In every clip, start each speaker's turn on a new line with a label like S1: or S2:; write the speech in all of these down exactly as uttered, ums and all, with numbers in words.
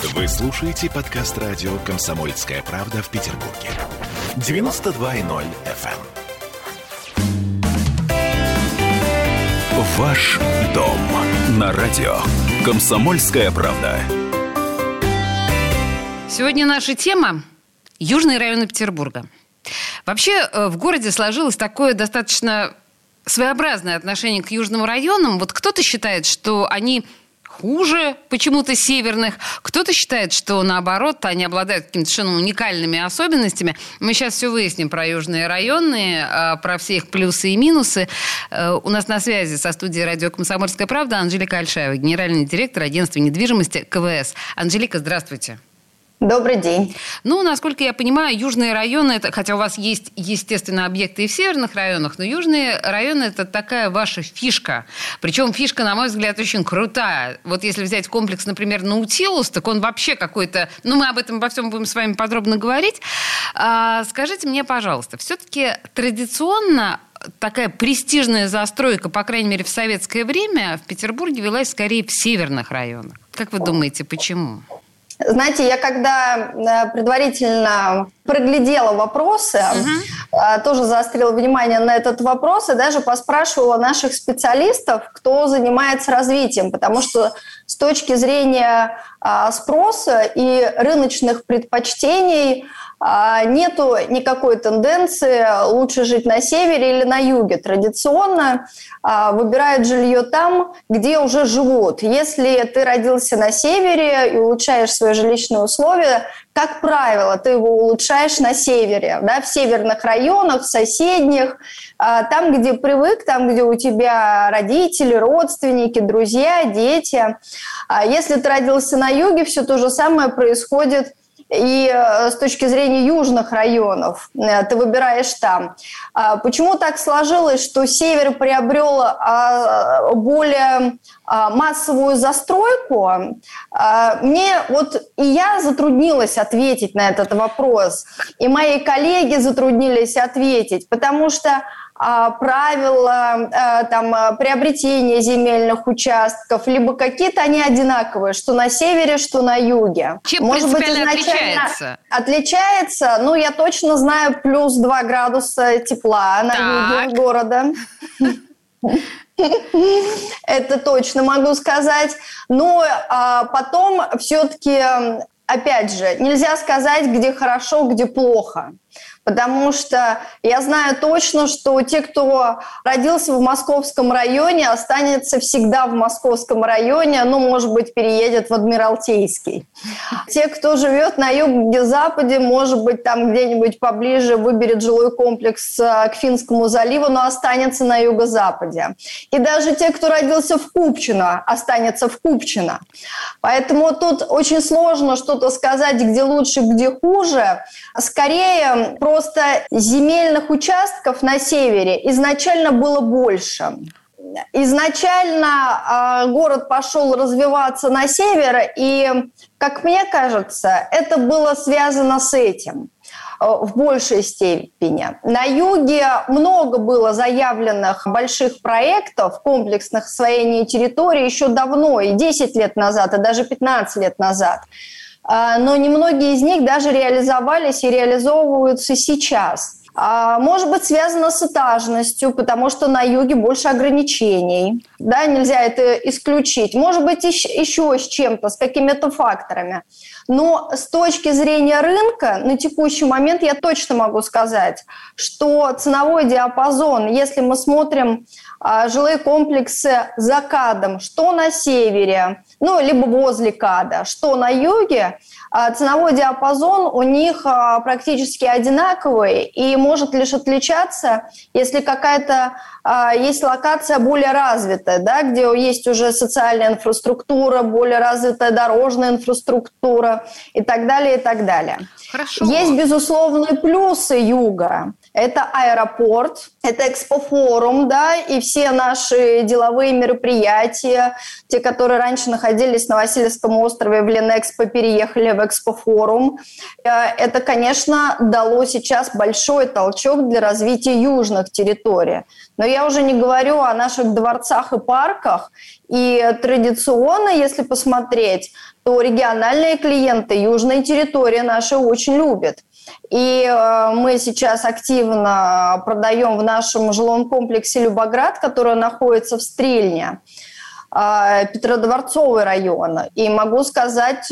S1: Вы слушаете подкаст радио «Комсомольская правда» в Петербурге. девяносто два и ноль эф эм. Ваш дом на радио «Комсомольская правда».
S2: Сегодня наша тема – южные районы Петербурга. Вообще в городе сложилось такое достаточно своеобразное отношение к южным районам. Вот кто-то считает, что они хуже почему-то северных, кто-то считает, что наоборот, они обладают какими-то совершенно уникальными особенностями. Мы сейчас все выясним про южные районы, про все их плюсы и минусы. У нас на связи со студией радио «Комсомольская правда» Анжелика Альшаева, генеральный директор агентства недвижимости ка вэ эс. Анжелика, здравствуйте.
S3: Добрый день.
S2: Ну, насколько я понимаю, южные районы, это, хотя у вас есть, естественно, объекты и в северных районах, но южные районы – это такая ваша фишка. Причем фишка, на мой взгляд, очень крутая. Вот если взять комплекс, например, Наутилус, так он вообще какой-то… Ну, мы об этом во всем будем с вами подробно говорить. А, скажите мне, пожалуйста, все-таки традиционно такая престижная застройка, по крайней мере, в советское время в Петербурге велась скорее в северных районах. Как вы думаете, почему?
S3: Знаете, я когда предварительно проглядела вопросы, uh-huh. тоже заострила внимание на этот вопрос и даже поспрашивала наших специалистов, кто занимается развитием, потому что с точки зрения спроса и рыночных предпочтений нету никакой тенденции лучше жить на севере или на юге. Традиционно выбирают жилье там, где уже живут. Если ты родился на севере и улучшаешь свои жилищные условия, как правило, ты его улучшаешь на севере, да, в северных районах, в соседних, там, где привык, там, где у тебя родители, родственники, друзья, дети. Если ты родился на юге, все то же самое происходит и с точки зрения южных районов, ты выбираешь там. Почему так сложилось, что север приобрел более массовую застройку? Мне вот и я затруднилась ответить на этот вопрос, и мои коллеги затруднились ответить, потому что правила там, приобретения земельных участков, либо какие-то они одинаковые, что на севере, что на юге.
S2: Чем
S3: Может быть, изначально
S2: отличается?
S3: Отличается, ну, я точно знаю, плюс два градуса тепла на
S2: так.
S3: юге города. Это точно могу сказать. Но потом все-таки, опять же, нельзя сказать, где хорошо, где плохо. Потому что я знаю точно, что те, кто родился в московском районе, останется всегда в московском районе, ну, может быть, переедет в Адмиралтейский. Те, кто живет на юго-западе, может быть, там где-нибудь поближе выберет жилой комплекс к Финскому заливу, но останется на юго-западе. И даже те, кто родился в Купчино, останется в Купчино. Поэтому тут очень сложно что-то сказать, где лучше, где хуже. Скорее, просто земельных участков на севере изначально было больше. Изначально э, город пошел развиваться на север, и, как мне кажется, это было связано с этим э, в большей степени. На юге много было заявленных больших проектов, комплексных освоения территории еще давно, и десять лет назад, и даже пятнадцать лет назад. Но немногие из них даже реализовались и реализовываются сейчас. Может быть, связано с этажностью, потому что на юге больше ограничений. Да, нельзя это исключить. Может быть, еще с чем-то, с какими-то факторами. Но с точки зрения рынка, на текущий момент я точно могу сказать, что ценовой диапазон, если мы смотрим а, жилые комплексы за КАДом, что на севере, ну, либо возле КАДа, что на юге, а, ценовой диапазон у них а, практически одинаковый и может лишь отличаться, если какая-то а, есть локация более развитая, да, где есть уже социальная инфраструктура, более развитая дорожная инфраструктура и так далее, и так далее.
S2: Хорошо.
S3: Есть безусловные плюсы юга. это аэропорт, это экспофорум, да, и все наши деловые мероприятия, те, которые раньше находились на Васильевском острове в Ленэкспо, переехали в экспофорум. Это, конечно, дало сейчас большой толчок для развития южных территорий. Но я уже не говорю о наших дворцах и парках. И традиционно, если посмотреть, то региональные клиенты южные территории наши очень любят. И э, мы сейчас активно продаем в нашем жилом комплексе «Любоград», который находится в Стрельне, э, Петродворцовый район. И могу сказать,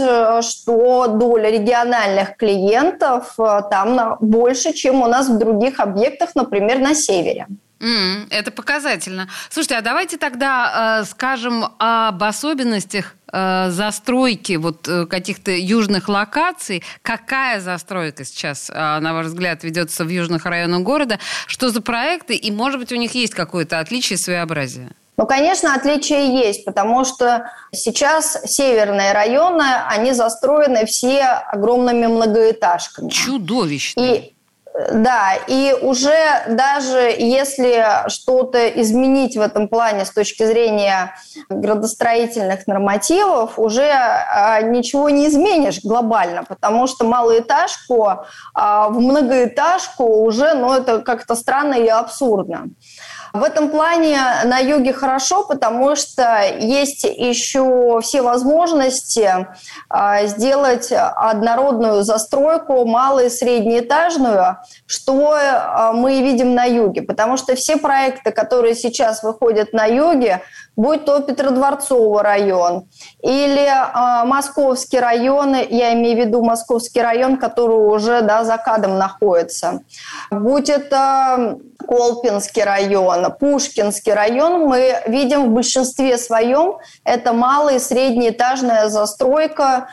S3: что доля региональных клиентов э, там на, больше, чем у нас в других объектах, например, на севере.
S2: Mm, это показательно. Слушайте, а давайте тогда э, скажем об особенностях э, застройки вот э, каких-то южных локаций. Какая застройка сейчас, э, на ваш взгляд, ведется в южных районах города? Что за проекты? И, может быть, у них есть какое-то отличие, своеобразие?
S3: Ну, конечно, отличия есть, потому что сейчас северные районы, они застроены все огромными многоэтажками.
S2: Чудовищно.
S3: И да, и уже даже если что-то изменить в этом плане с точки зрения градостроительных нормативов, уже а, ничего не изменишь глобально, потому что малоэтажку а, в многоэтажку уже, ну, это как-то странно и абсурдно. В этом плане на юге хорошо, потому что есть еще все возможности сделать однородную застройку, малую и среднеэтажную, что мы видим на юге. Потому что все проекты, которые сейчас выходят на юге, будь то Петродворцовый район или э, Московский район, я имею в виду Московский район, который уже, да, за кадром находится, будь это Колпинский район, Пушкинский район, мы видим в большинстве своем это малая и среднеэтажная застройка.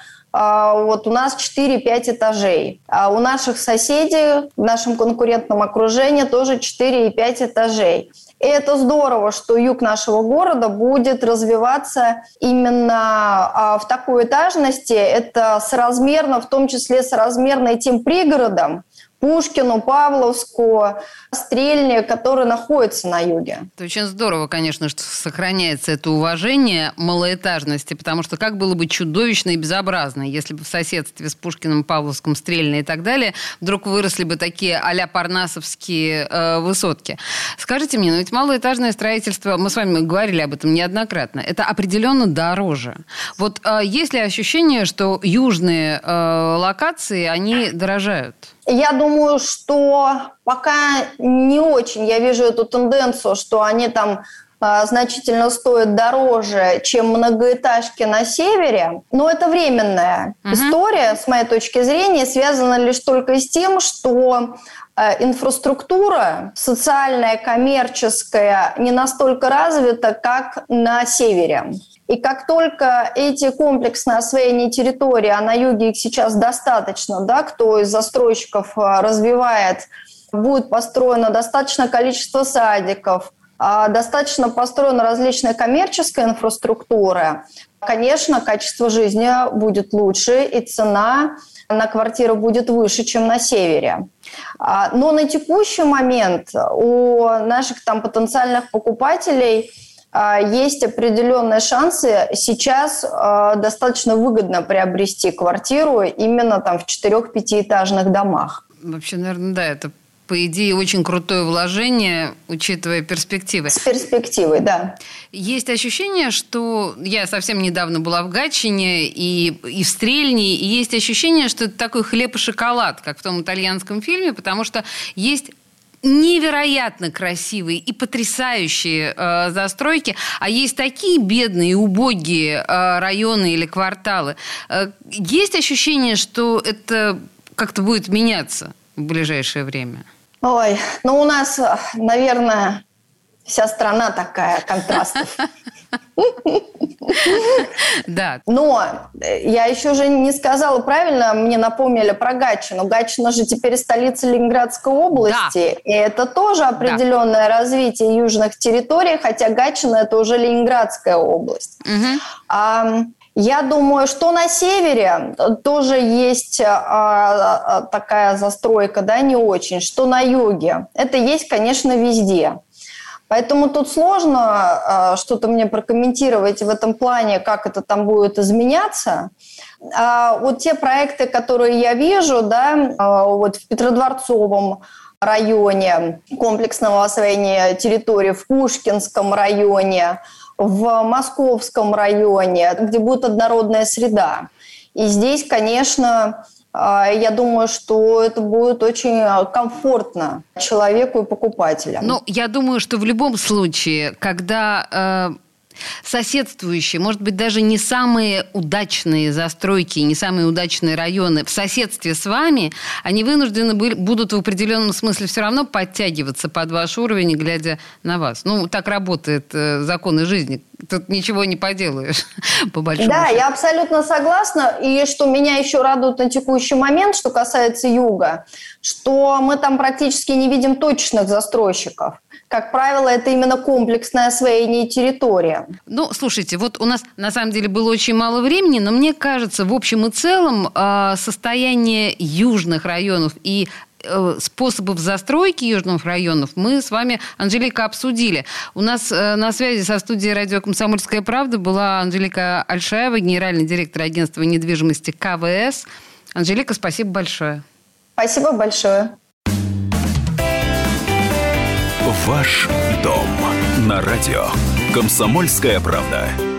S3: Вот у нас четыре-пять этажей. А у наших соседей в нашем конкурентном окружении тоже четыре и пять этажей. И это здорово, что юг нашего города будет развиваться именно в такой этажности. Это соразмерно, в том числе соразмерно и тем пригородам, Пушкину, Павловску, Стрельне, которые находятся на юге.
S2: Это очень здорово, конечно, что сохраняется это уважение малоэтажности, потому что как было бы чудовищно и безобразно, если бы в соседстве с Пушкиным, Павловском, Стрельной и так далее вдруг выросли бы такие а-ля парнасовские э, высотки. Скажите мне, ну ведь малоэтажное строительство, мы с вами говорили об этом неоднократно, это определенно дороже. Вот э, есть ли ощущение, что южные э, локации, они дорожают?
S3: Я думаю, что пока не очень. Я вижу эту тенденцию, что они там э, значительно стоят дороже, чем многоэтажки на севере. Но это временная uh-huh. история, с моей точки зрения, связана лишь только с тем, что э, инфраструктура социальная, коммерческая не настолько развита, как на севере. И как только эти комплексные освоения территории, а на юге их сейчас достаточно, да, кто из застройщиков развивает, будет построено достаточное количество садиков, достаточно построена различная коммерческая инфраструктура, конечно, качество жизни будет лучше, и цена на квартиру будет выше, чем на севере. Но на текущий момент у наших там потенциальных покупателей есть определенные шансы сейчас э, достаточно выгодно приобрести квартиру именно там в четырех-пятиэтажных домах.
S2: Вообще, наверное, да, это, по идее, очень крутое вложение, учитывая перспективы.
S3: С перспективой, да.
S2: Есть ощущение, что я совсем недавно была в Гатчине и, и в Стрельне, и есть ощущение, что это такой хлеб и шоколад, как в том итальянском фильме, потому что есть невероятно красивые и потрясающие э, застройки, а есть такие бедные и убогие э, районы или кварталы. Э, есть ощущение, что это как-то будет меняться в ближайшее время?
S3: Ой, ну у нас, наверное, вся страна такая, контрастов.
S2: Да.
S3: Но я еще же не сказала правильно, мне напомнили про Гатчину. Гатчина же теперь столица Ленинградской области, да. И это тоже определенное да. развитие южных территорий, хотя Гатчина – это уже Ленинградская область. Угу. А, Я думаю, что на севере тоже есть а, такая застройка, да, не очень, что на юге. Это есть, конечно, везде. Поэтому тут сложно а, что-то мне прокомментировать в этом плане, как это там будет изменяться. А, вот те проекты, которые я вижу, да, а, вот в Петродворцовом районе комплексного освоения территории, в Пушкинском районе, в Московском районе, где будет однородная среда. И здесь, конечно, я думаю, что это будет очень комфортно человеку и покупателям.
S2: Ну, я думаю, что в любом случае, когда... Э... соседствующие, может быть, даже не самые удачные застройки, не самые удачные районы в соседстве с вами, они вынуждены были, будут в определенном смысле все равно подтягиваться под ваш уровень, глядя на вас. Ну, так работает э, законы жизни. Тут ничего не поделаешь, по большому
S3: Да,
S2: счету.
S3: я абсолютно согласна. И что меня еще радует на текущий момент, что касается юга, что мы там практически не видим точечных застройщиков. Как правило, это именно комплексное освоение территории.
S2: Ну, слушайте, вот у нас на самом деле было очень мало времени, но мне кажется, в общем и целом состояние южных районов и способов застройки южных районов мы с вами, Анжелика, обсудили. У нас на связи со студией радио «Комсомольская правда» была Анжелика Альшаева, генеральный директор агентства недвижимости ка вэ эс. Анжелика, спасибо большое.
S3: Спасибо большое.
S1: Ваш дом на радио «Комсомольская правда».